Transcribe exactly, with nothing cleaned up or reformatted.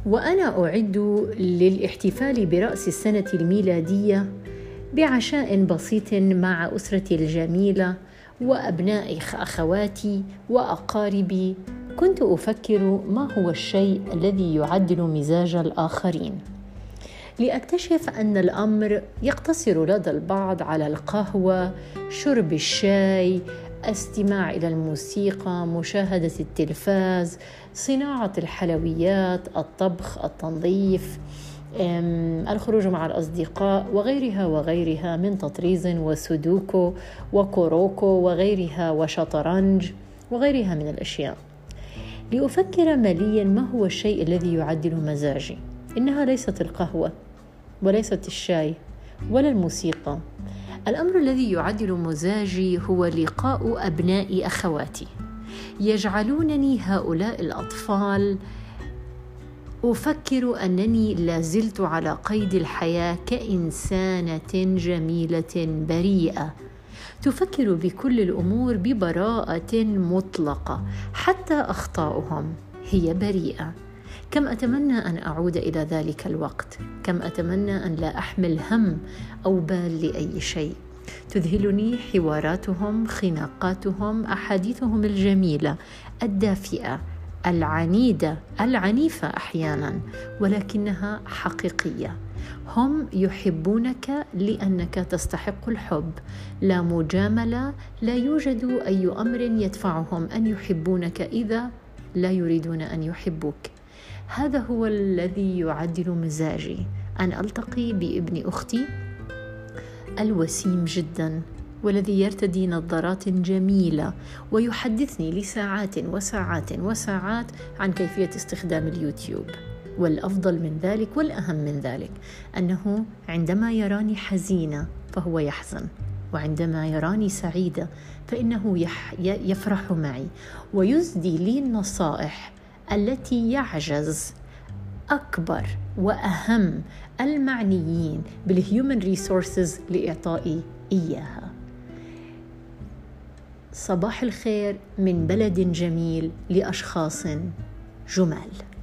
وأنا أعد للاحتفال برأس السنة الميلادية بعشاء بسيط مع أسرتي الجميلة وأبناء أخواتي وأقاربي. كنت أفكر ما هو الشيء الذي يعدل مزاج الآخرين، لأكتشف أن الأمر يقتصر لدى البعض على القهوة، شرب الشاي، استماع إلى الموسيقى، مشاهدة التلفاز، صناعة الحلويات، الطبخ، التنظيف، الخروج مع الأصدقاء وغيرها وغيرها من تطريز وسودوكو وكوروكو وغيرها وشطرنج وغيرها من الأشياء. لأفكر مليا ما هو الشيء الذي يعدل مزاجي. إنها ليست القهوة وليست الشاي ولا الموسيقى. الأمر الذي يعدل مزاجي هو لقاء أبناء أخواتي، يجعلونني هؤلاء الأطفال أفكر أنني لازلت على قيد الحياة كإنسانة جميلة بريئة تفكر بكل الأمور ببراءة مطلقة، حتى أخطاؤهم هي بريئة. كم أتمنى أن أعود إلى ذلك الوقت، كم أتمنى أن لا أحمل هم أو بال لأي شيء. تذهلني حواراتهم، خناقاتهم، أحاديثهم الجميلة الدافئة العنيدة العنيفة أحيانا، ولكنها حقيقية. هم يحبونك لأنك تستحق الحب، لا مجاملة. لا يوجد أي أمر يدفعهم أن يحبونك إذا لا يريدون أن يحبوك. هذا هو الذي يعدل مزاجي، أن ألتقي بابن أختي الوسيم جدا والذي يرتدي نظارات جميلة ويحدثني لساعات وساعات وساعات عن كيفية استخدام اليوتيوب. والأفضل من ذلك والأهم من ذلك أنه عندما يراني حزينة فهو يحزن، وعندما يراني سعيدة فإنه يفرح معي ويسدي لي النصائح التي يعجز أكبر وأهم المعنيين بالهيومن ريسورسز لإعطائي إياها. صباح الخير من بلد جميل لأشخاص جمال.